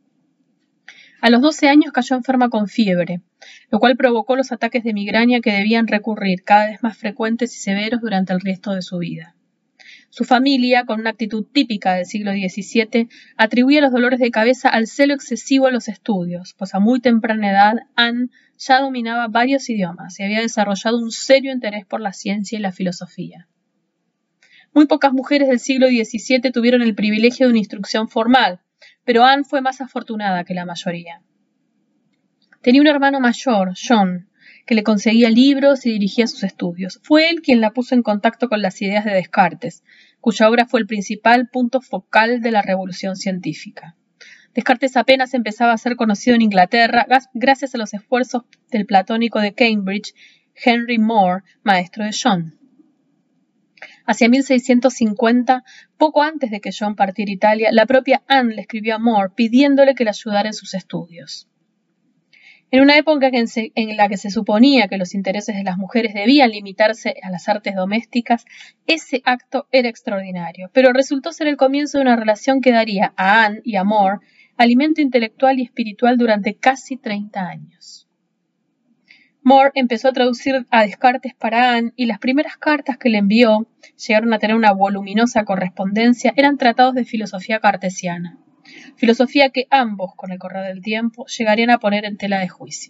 A los 12 años cayó enferma con fiebre, lo cual provocó los ataques de migraña que debían recurrir cada vez más frecuentes y severos durante el resto de su vida. Su familia, con una actitud típica del siglo XVII, atribuía los dolores de cabeza al celo excesivo en los estudios, pues a muy temprana edad Anne ya dominaba varios idiomas y había desarrollado un serio interés por la ciencia y la filosofía. Muy pocas mujeres del siglo XVII tuvieron el privilegio de una instrucción formal, pero Anne fue más afortunada que la mayoría. Tenía un hermano mayor, John, que le conseguía libros y dirigía sus estudios. Fue él quien la puso en contacto con las ideas de Descartes, cuya obra fue el principal punto focal de la revolución científica. Descartes apenas empezaba a ser conocido en Inglaterra gracias a los esfuerzos del platónico de Cambridge, Henry More, maestro de John. Hacia 1650, poco antes de que John partiera a Italia, la propia Anne le escribió a More pidiéndole que le ayudara en sus estudios. En una época en la que se suponía que los intereses de las mujeres debían limitarse a las artes domésticas, ese acto era extraordinario, pero resultó ser el comienzo de una relación que daría a Anne y a More alimento intelectual y espiritual durante casi 30 años. More empezó a traducir a Descartes para Anne y las primeras cartas que le envió, llegaron a tener una voluminosa correspondencia, eran tratados de filosofía cartesiana. Filosofía que ambos, con el correr del tiempo, llegarían a poner en tela de juicio.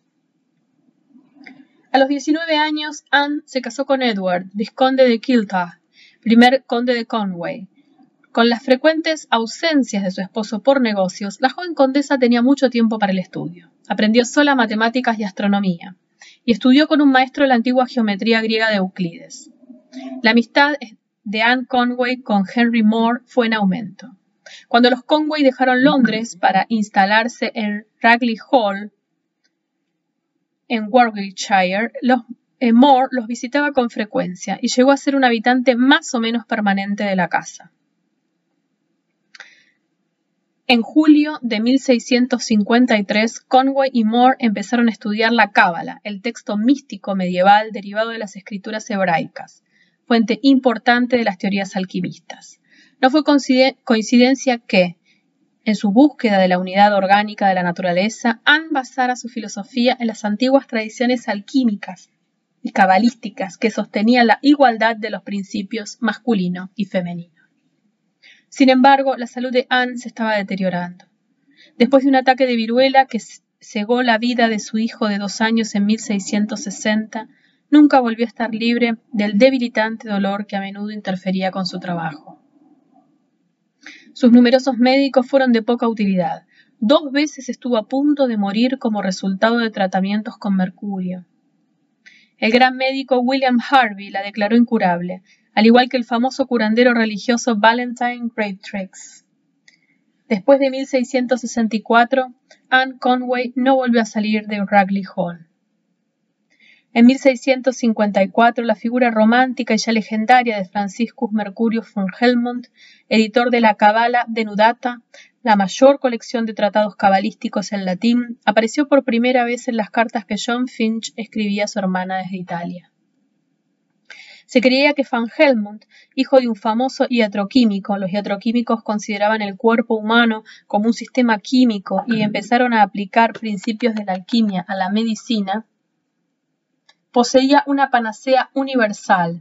A los 19 años, Anne se casó con Edward, vizconde de Kiltar, primer conde de Conway. Con las frecuentes ausencias de su esposo por negocios, la joven condesa tenía mucho tiempo para el estudio. Aprendió sola matemáticas y astronomía, y estudió con un maestro de la antigua geometría griega de Euclides. La amistad de Anne Conway con Henry More fue en aumento. Cuando los Conway dejaron Londres para instalarse en Ragley Hall, en Warwickshire, More los visitaba con frecuencia y llegó a ser un habitante más o menos permanente de la casa. En julio de 1653, Conway y More empezaron a estudiar la Cábala, el texto místico medieval derivado de las escrituras hebraicas, fuente importante de las teorías alquimistas. No fue coincidencia que, en su búsqueda de la unidad orgánica de la naturaleza, Anne basara su filosofía en las antiguas tradiciones alquímicas y cabalísticas que sostenían la igualdad de los principios masculino y femenino. Sin embargo, la salud de Anne se estaba deteriorando. Después de un ataque de viruela que cegó la vida de su hijo de 2 años en 1660, nunca volvió a estar libre del debilitante dolor que a menudo interfería con su trabajo. Sus numerosos médicos fueron de poca utilidad. 2 veces estuvo a punto de morir como resultado de tratamientos con mercurio. El gran médico William Harvey la declaró incurable, al igual que el famoso curandero religioso Valentine Greatrix. Después de 1664, Anne Conway no volvió a salir de Ragley Hall. En 1654, la figura romántica y ya legendaria de Franciscus Mercurius von Helmont, editor de la Cábala Denudata, la mayor colección de tratados cabalísticos en latín, apareció por primera vez en las cartas que John Finch escribía a su hermana desde Italia. Se creía que Van Helmont, hijo de un famoso iatroquímico, los iatroquímicos consideraban el cuerpo humano como un sistema químico y empezaron a aplicar principios de la alquimia a la medicina, poseía una panacea universal.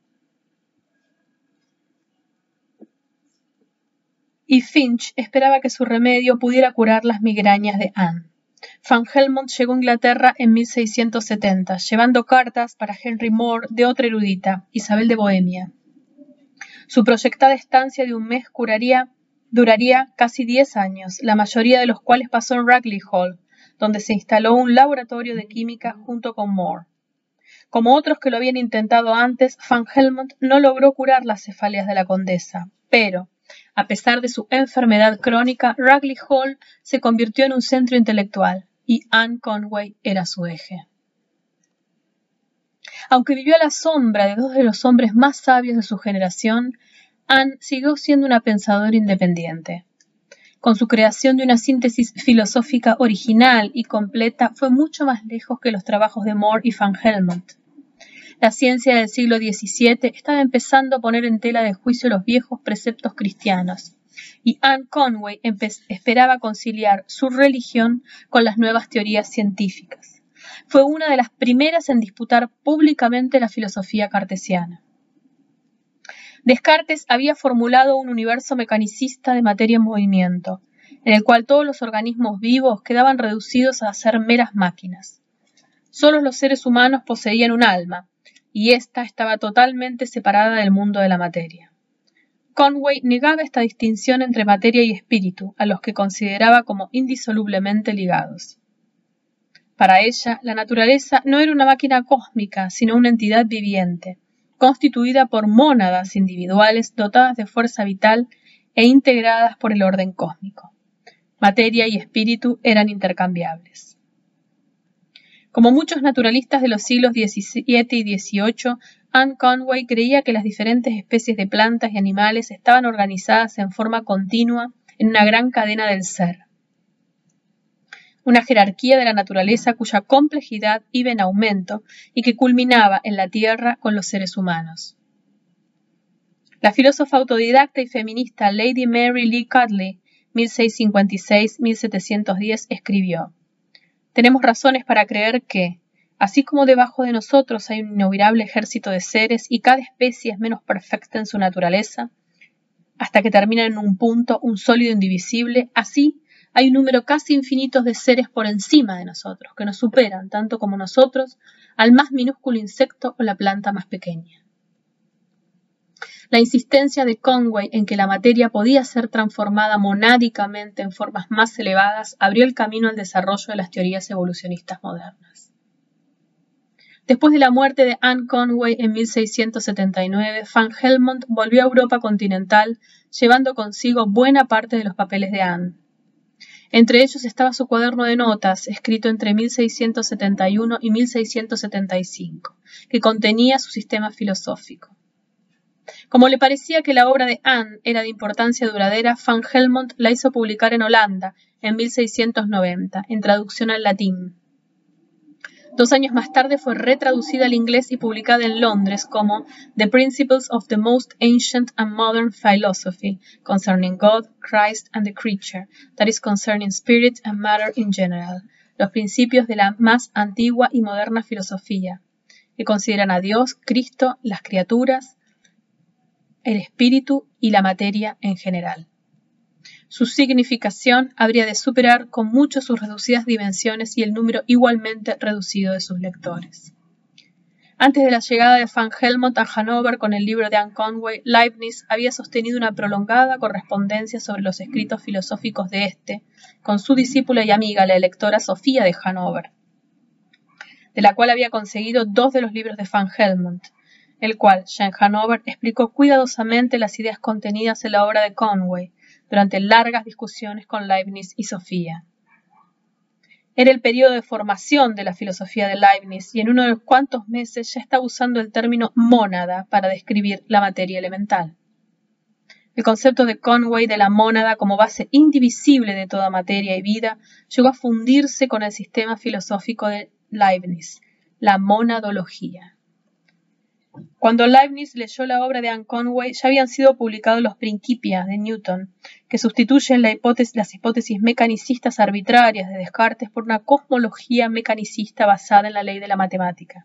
Y Finch esperaba que su remedio pudiera curar las migrañas de Anne. Van Helmont llegó a Inglaterra en 1670, llevando cartas para Henry More de otra erudita, Isabel de Bohemia. Su proyectada estancia de un mes duraría casi 10 años, la mayoría de los cuales pasó en Ragley Hall, donde se instaló un laboratorio de química junto con More. Como otros que lo habían intentado antes, Van Helmont no logró curar las cefaleas de la condesa, pero, a pesar de su enfermedad crónica, Ragley Hall se convirtió en un centro intelectual, y Anne Conway era su eje. Aunque vivió a la sombra de dos de los hombres más sabios de su generación, Anne siguió siendo una pensadora independiente. Con su creación de una síntesis filosófica original y completa, fue mucho más lejos que los trabajos de More y Van Helmont. La ciencia del siglo XVII estaba empezando a poner en tela de juicio los viejos preceptos cristianos, y Anne Conway esperaba conciliar su religión con las nuevas teorías científicas. Fue una de las primeras en disputar públicamente la filosofía cartesiana. Descartes había formulado un universo mecanicista de materia en movimiento, en el cual todos los organismos vivos quedaban reducidos a ser meras máquinas. Solo los seres humanos poseían un alma, y ésta estaba totalmente separada del mundo de la materia. Conway negaba esta distinción entre materia y espíritu, a los que consideraba como indisolublemente ligados. Para ella, la naturaleza no era una máquina cósmica, sino una entidad viviente, constituida por mónadas individuales dotadas de fuerza vital e integradas por el orden cósmico. Materia y espíritu eran intercambiables. Como muchos naturalistas de los siglos XVII y XVIII, Anne Conway creía que las diferentes especies de plantas y animales estaban organizadas en forma continua en una gran cadena del ser. Una jerarquía de la naturaleza cuya complejidad iba en aumento y que culminaba en la Tierra con los seres humanos. La filósofa autodidacta y feminista Lady Mary Lee Cudley, 1656-1710, escribió: «Tenemos razones para creer que, así como debajo de nosotros hay un innumerable ejército de seres y cada especie es menos perfecta en su naturaleza, hasta que termina en un punto un sólido indivisible, así hay un número casi infinito de seres por encima de nosotros, que nos superan, tanto como nosotros, al más minúsculo insecto o la planta más pequeña». La insistencia de Conway en que la materia podía ser transformada monádicamente en formas más elevadas abrió el camino al desarrollo de las teorías evolucionistas modernas. Después de la muerte de Anne Conway en 1679, Van Helmont volvió a Europa continental, llevando consigo buena parte de los papeles de Anne. Entre ellos estaba su cuaderno de notas, escrito entre 1671 y 1675, que contenía su sistema filosófico. Como le parecía que la obra de Anne era de importancia duradera, Van Helmont la hizo publicar en Holanda en 1690, en traducción al latín. 2 años más tarde fue retraducida al inglés y publicada en Londres como The Principles of the Most Ancient and Modern Philosophy Concerning God, Christ and the Creature, that is concerning Spirit and Matter in General, los principios de la más antigua y moderna filosofía, que consideran a Dios, Cristo, las criaturas, el espíritu y la materia en general. Su significación habría de superar con mucho sus reducidas dimensiones y el número igualmente reducido de sus lectores. Antes de la llegada de Van Helmont a Hannover con el libro de Anne Conway, Leibniz había sostenido una prolongada correspondencia sobre los escritos filosóficos de éste con su discípula y amiga, la electora Sofía de Hannover, de la cual había conseguido 2 de los libros de Van Helmont, el cual, ya en Hannover, explicó cuidadosamente las ideas contenidas en la obra de Conway, durante largas discusiones con Leibniz y Sofía. Era el periodo de formación de la filosofía de Leibniz y en unos cuantos meses ya estaba usando el término mónada para describir la materia elemental. El concepto de Conway de la mónada como base indivisible de toda materia y vida llegó a fundirse con el sistema filosófico de Leibniz, la monadología. Cuando Leibniz leyó la obra de Anne Conway, ya habían sido publicados los Principia de Newton, que sustituyen las hipótesis mecanicistas arbitrarias de Descartes por una cosmología mecanicista basada en la ley de la matemática.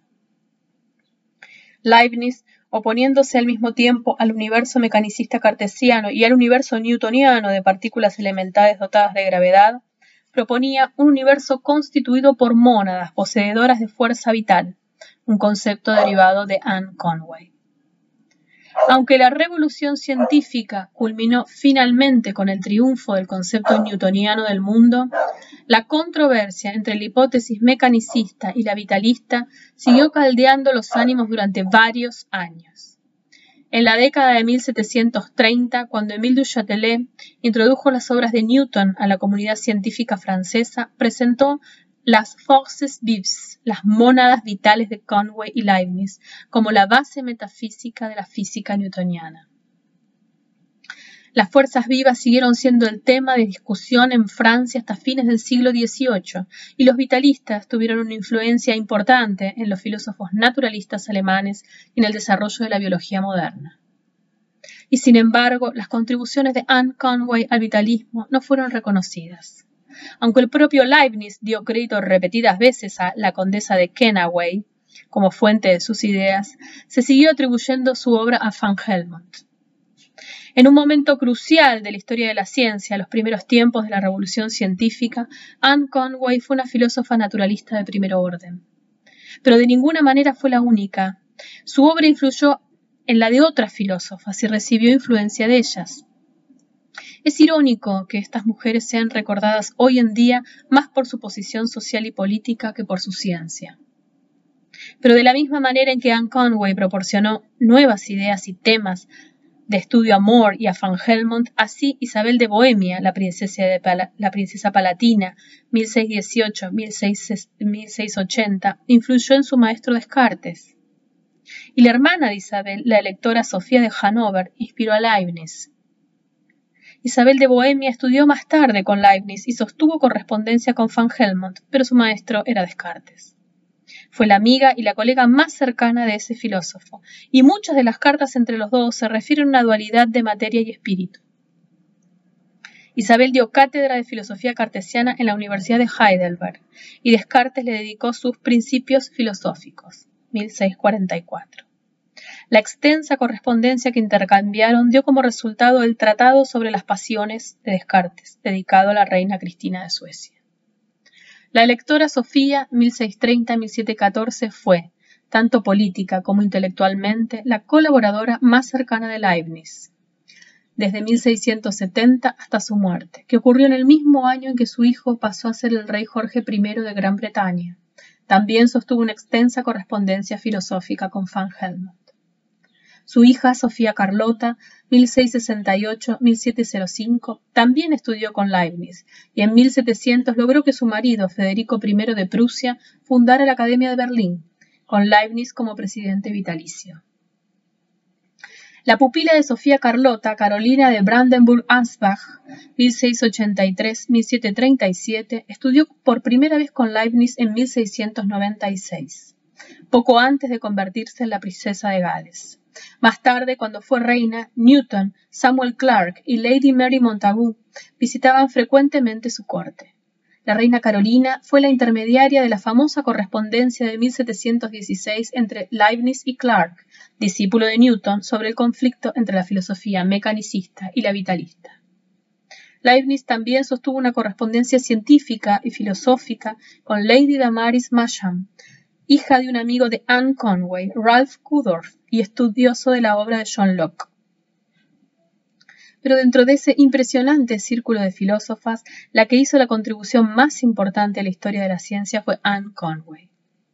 Leibniz, oponiéndose al mismo tiempo al universo mecanicista cartesiano y al universo newtoniano de partículas elementales dotadas de gravedad, proponía un universo constituido por mónadas poseedoras de fuerza vital, un concepto derivado de Anne Conway. Aunque la revolución científica culminó finalmente con el triunfo del concepto newtoniano del mundo, la controversia entre la hipótesis mecanicista y la vitalista siguió caldeando los ánimos durante varios años. En la década de 1730, cuando Émile du Châtelet introdujo las obras de Newton a la comunidad científica francesa, presentó las forces vives, las mónadas vitales de Conway y Leibniz, como la base metafísica de la física newtoniana. Las fuerzas vivas siguieron siendo el tema de discusión en Francia hasta fines del siglo XVIII, y los vitalistas tuvieron una influencia importante en los filósofos naturalistas alemanes y en el desarrollo de la biología moderna. Y sin embargo, las contribuciones de Anne Conway al vitalismo no fueron reconocidas. Aunque el propio Leibniz dio crédito repetidas veces a la condesa de Kenaway como fuente de sus ideas, se siguió atribuyendo su obra a Van Helmont. En un momento crucial de la historia de la ciencia, los primeros tiempos de la revolución científica, Anne Conway fue una filósofa naturalista de primer orden. Pero de ninguna manera fue la única. Su obra influyó en la de otras filósofas y recibió influencia de ellas. Es irónico que estas mujeres sean recordadas hoy en día más por su posición social y política que por su ciencia. Pero de la misma manera en que Anne Conway proporcionó nuevas ideas y temas de estudio a More y a Van Helmont, así Isabel de Bohemia, la princesa palatina, 1618-1680, influyó en su maestro Descartes. Y la hermana de Isabel, la electora Sofía de Hannover, inspiró a Leibniz. Isabel de Bohemia estudió más tarde con Leibniz y sostuvo correspondencia con Van Helmont, pero su maestro era Descartes. Fue la amiga y la colega más cercana de ese filósofo, y muchas de las cartas entre los dos se refieren a una dualidad de materia y espíritu. Isabel dio cátedra de filosofía cartesiana en la Universidad de Heidelberg, y Descartes le dedicó sus Principios filosóficos, 1644. La extensa correspondencia que intercambiaron dio como resultado el Tratado sobre las Pasiones de Descartes, dedicado a la reina Cristina de Suecia. La electora Sofía, 1630-1714, fue, tanto política como intelectualmente, la colaboradora más cercana de Leibniz, desde 1670 hasta su muerte, que ocurrió en el mismo año en que su hijo pasó a ser el rey Jorge I de Gran Bretaña. También sostuvo una extensa correspondencia filosófica con Van Helmont. Su hija, Sofía Carlota, 1668-1705, también estudió con Leibniz, y en 1700 logró que su marido, Federico I de Prusia, fundara la Academia de Berlín, con Leibniz como presidente vitalicio. La pupila de Sofía Carlota, Carolina de Brandenburg-Ansbach, 1683-1737, estudió por primera vez con Leibniz en 1696, poco antes de convertirse en la princesa de Gales. Más tarde, cuando fue reina, Newton, Samuel Clarke y Lady Mary Montagu visitaban frecuentemente su corte. La reina Carolina fue la intermediaria de la famosa correspondencia de 1716 entre Leibniz y Clarke, discípulo de Newton, sobre el conflicto entre la filosofía mecanicista y la vitalista. Leibniz también sostuvo una correspondencia científica y filosófica con Lady Damaris Masham, hija de un amigo de Anne Conway, Ralph Coudorf, y estudioso de la obra de John Locke. Pero dentro de ese impresionante círculo de filósofas, la que hizo la contribución más importante a la historia de la ciencia fue Anne Conway.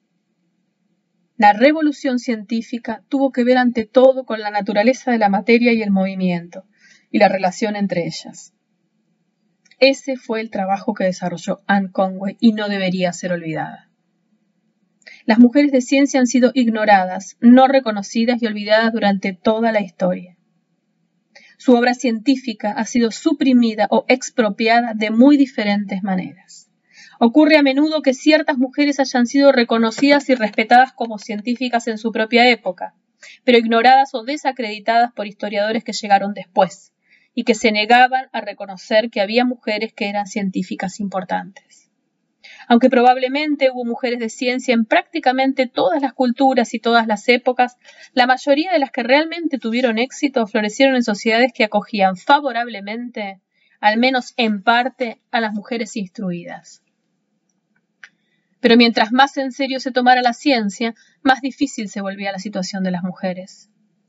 La revolución científica tuvo que ver ante todo con la naturaleza de la materia y el movimiento, y la relación entre ellas. Ese fue el trabajo que desarrolló Anne Conway y no debería ser olvidada. Las mujeres de ciencia han sido ignoradas, no reconocidas y olvidadas durante toda la historia. Su obra científica ha sido suprimida o expropiada de muy diferentes maneras. Ocurre a menudo que ciertas mujeres hayan sido reconocidas y respetadas como científicas en su propia época, pero ignoradas o desacreditadas por historiadores que llegaron después y que se negaban a reconocer que había mujeres que eran científicas importantes. Aunque probablemente hubo mujeres de ciencia en prácticamente todas las culturas y todas las épocas, la mayoría de las que realmente tuvieron éxito florecieron en sociedades que acogían favorablemente, al menos en parte, a las mujeres instruidas. Pero mientras más en serio se tomara la ciencia, más difícil se volvía la situación de las mujeres.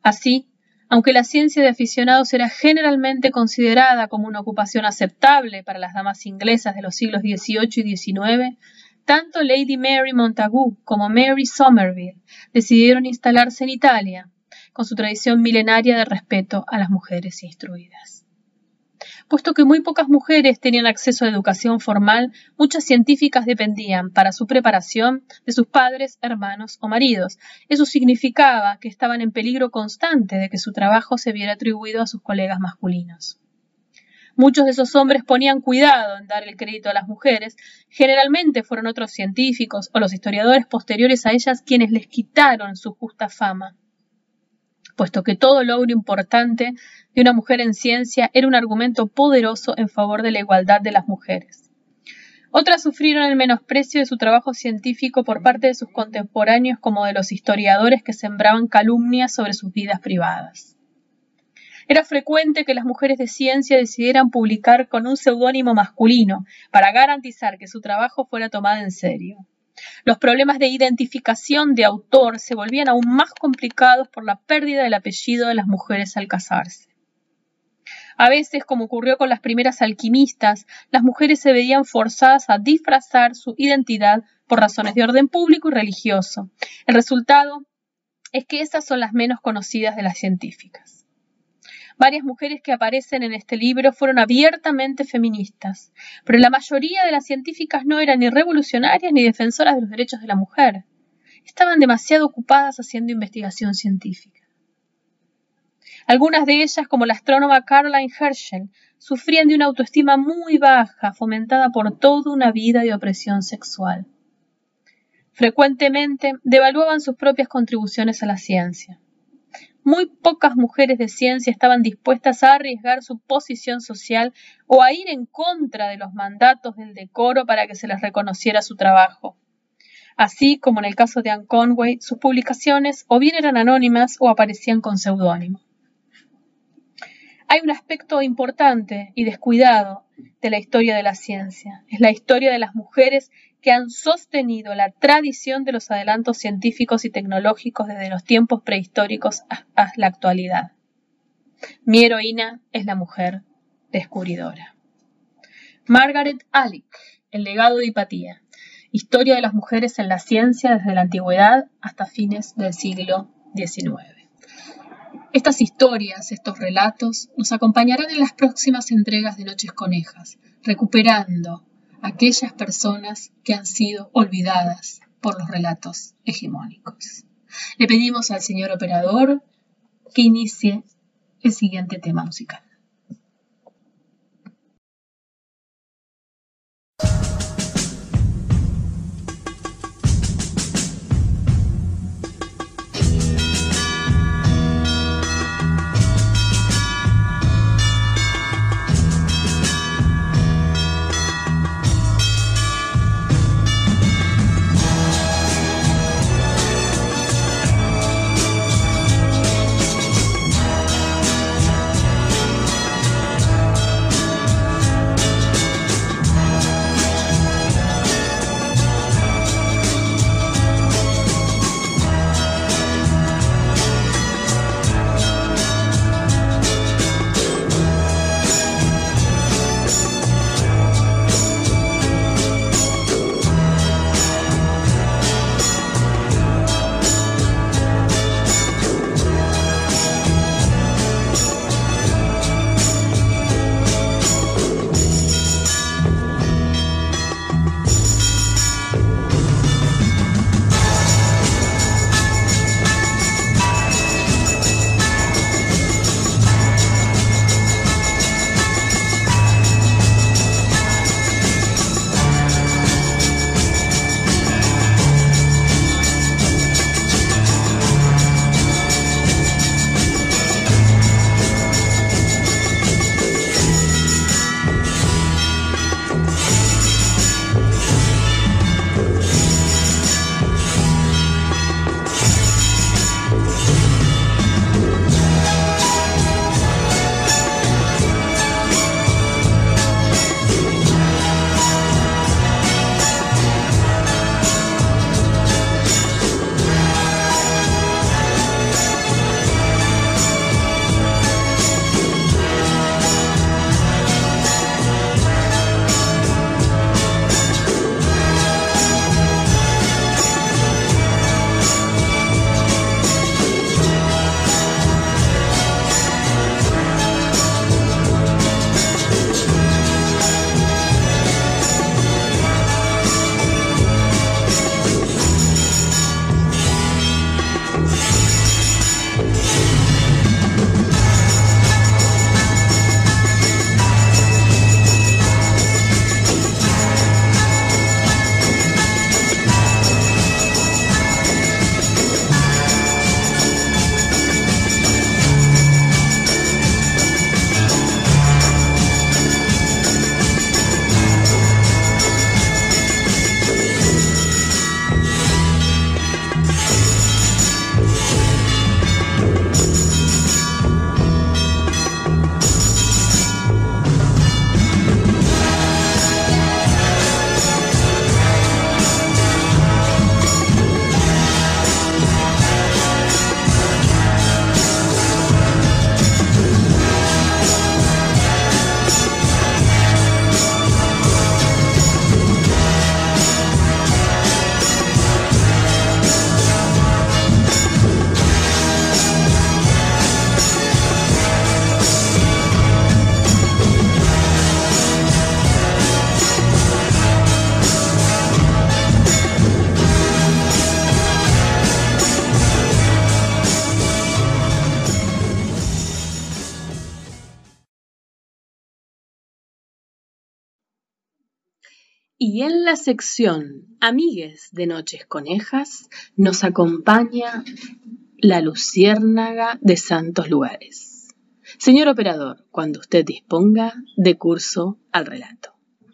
Así, aunque la ciencia de aficionados era generalmente considerada como una ocupación aceptable para las damas inglesas de los siglos XVIII y XIX, tanto Lady Mary Montagu como Mary Somerville decidieron instalarse en Italia, con su tradición milenaria de respeto a las mujeres instruidas. Puesto que muy pocas mujeres tenían acceso a la educación formal, muchas científicas dependían para su preparación de sus padres, hermanos o maridos. Eso significaba que estaban en peligro constante de que su trabajo se viera atribuido a sus colegas masculinos. Muchos de esos hombres ponían cuidado en dar el crédito a las mujeres. Generalmente fueron otros científicos o los historiadores posteriores a ellas quienes les quitaron su justa fama, puesto que todo logro importante de una mujer en ciencia era un argumento poderoso en favor de la igualdad de las mujeres. Otras sufrieron el menosprecio de su trabajo científico por parte de sus contemporáneos como de los historiadores que sembraban calumnias sobre sus vidas privadas. Era frecuente que las mujeres de ciencia decidieran publicar con un seudónimo masculino para garantizar que su trabajo fuera tomado en serio. Los problemas de identificación de autor se volvían aún más complicados por la pérdida del apellido de las mujeres al casarse. A veces, como ocurrió con las primeras alquimistas, las mujeres se veían forzadas a disfrazar su identidad por razones de orden público y religioso. El resultado es que esas son las menos conocidas de las científicas. Varias mujeres que aparecen en este libro fueron abiertamente feministas, pero la mayoría de las científicas no eran ni revolucionarias ni defensoras de los derechos de la mujer. Estaban demasiado ocupadas haciendo investigación científica. Algunas de ellas, como la astrónoma Caroline Herschel, sufrían de una autoestima muy baja, fomentada por toda una vida de opresión sexual. Frecuentemente devaluaban sus propias contribuciones a la ciencia. Muy pocas mujeres de ciencia estaban dispuestas a arriesgar su posición social o a ir en contra de los mandatos del decoro para que se les reconociera su trabajo. Así como en el caso de Anne Conway, sus publicaciones o bien eran anónimas o aparecían con seudónimo. Hay un aspecto importante y descuidado de la historia de la ciencia. Es la historia de las mujeres que han sostenido la tradición de los adelantos científicos y tecnológicos desde los tiempos prehistóricos hasta la actualidad. Mi heroína es la mujer descubridora. Margaret Alick, El legado de Hipatia. Historia de las mujeres en la ciencia desde la antigüedad hasta fines del siglo XIX. Estas historias, estos relatos, nos acompañarán en las próximas entregas de Noches Conejas, recuperando a aquellas personas que han sido olvidadas por los relatos hegemónicos. Le pedimos al señor operador que inicie el siguiente tema musical. Y en la sección Amigues de Noches Conejas nos acompaña la luciérnaga de Santos Lugares. Señor operador, cuando usted disponga, de curso al relato.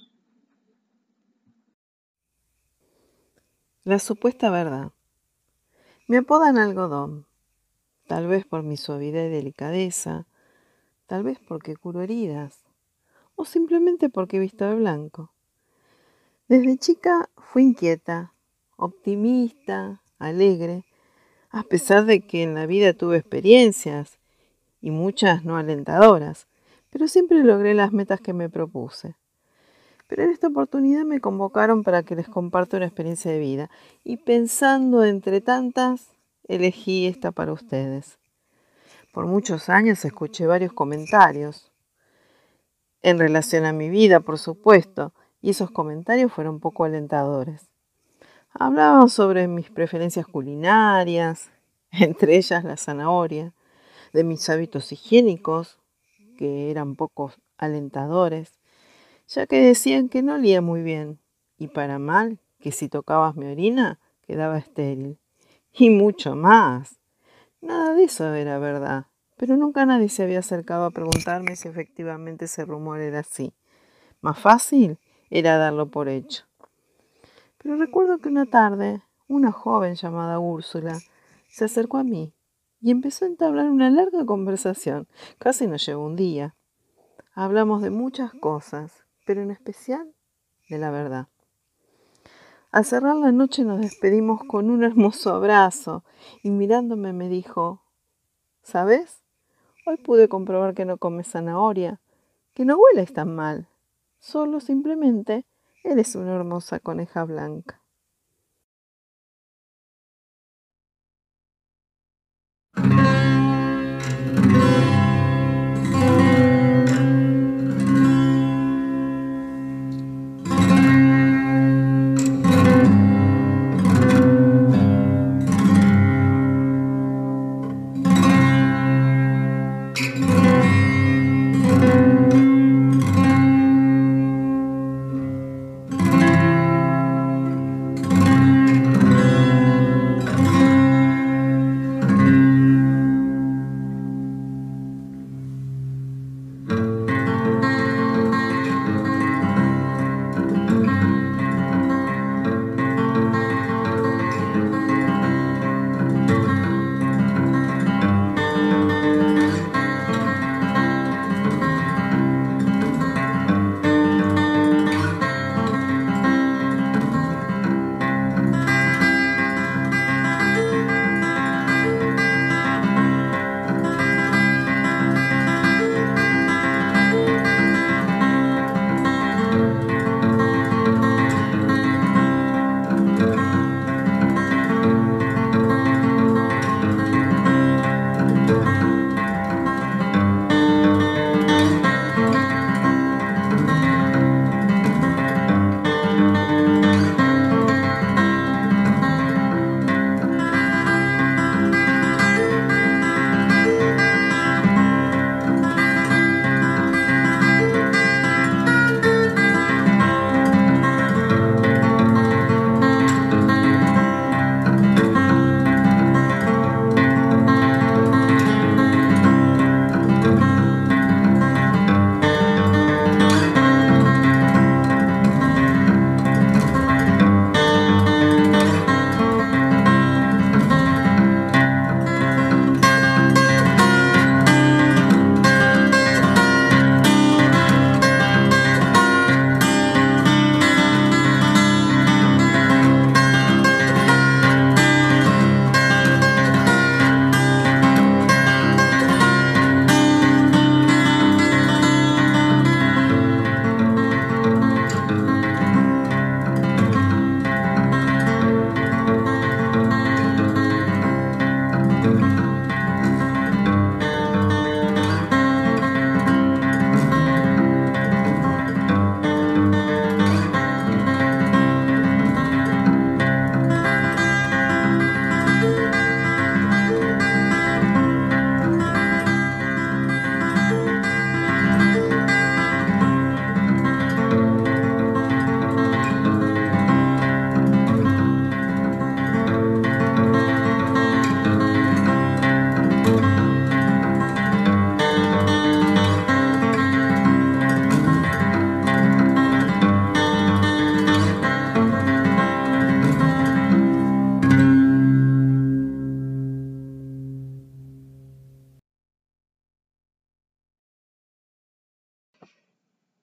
La supuesta verdad. Me apodan algodón, tal vez por mi suavidad y delicadeza, tal vez porque curo heridas, o simplemente porque he visto de blanco. Desde chica fui inquieta, optimista, alegre, a pesar de que en la vida tuve experiencias y muchas no alentadoras, pero siempre logré las metas que me propuse. Pero en esta oportunidad me convocaron para que les comparta una experiencia de vida y pensando entre tantas, elegí esta para ustedes. Por muchos años escuché varios comentarios en relación a mi vida, por supuesto, y esos comentarios fueron poco alentadores. Hablaban sobre mis preferencias culinarias, entre ellas la zanahoria, de mis hábitos higiénicos, que eran poco alentadores, ya que decían que no olía muy bien, y para mal, que si tocabas mi orina, quedaba estéril. Y mucho más. Nada de eso era verdad, pero nunca nadie se había acercado a preguntarme si efectivamente ese rumor era así. Más fácil era darlo por hecho. Pero recuerdo que una tarde, una joven llamada Úrsula se acercó a mí y empezó a entablar una larga conversación. Casi nos llevó un día. Hablamos de muchas cosas, pero en especial de la verdad. Al cerrar la noche nos despedimos con un hermoso abrazo y mirándome me dijo, ¿sabes? Hoy pude comprobar que no comes zanahoria, que no hueles tan mal, solo simplemente eres una hermosa coneja blanca.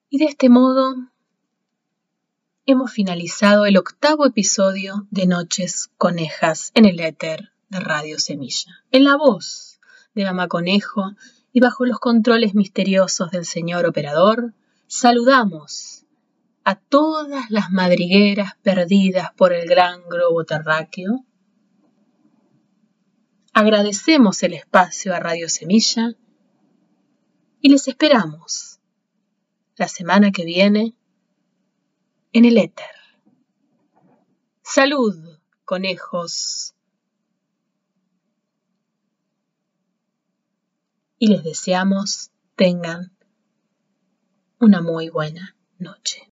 Y de este modo hemos finalizado el 8º episodio de Noches Conejas en el éter de Radio Semilla. En la voz de Mamá Conejo y bajo los controles misteriosos del señor operador, saludamos a todas las madrigueras perdidas por el gran globo terráqueo. Agradecemos el espacio a Radio Semilla y les esperamos la semana que viene en el éter. Salud, conejos. Y les deseamos tengan una muy buena noche.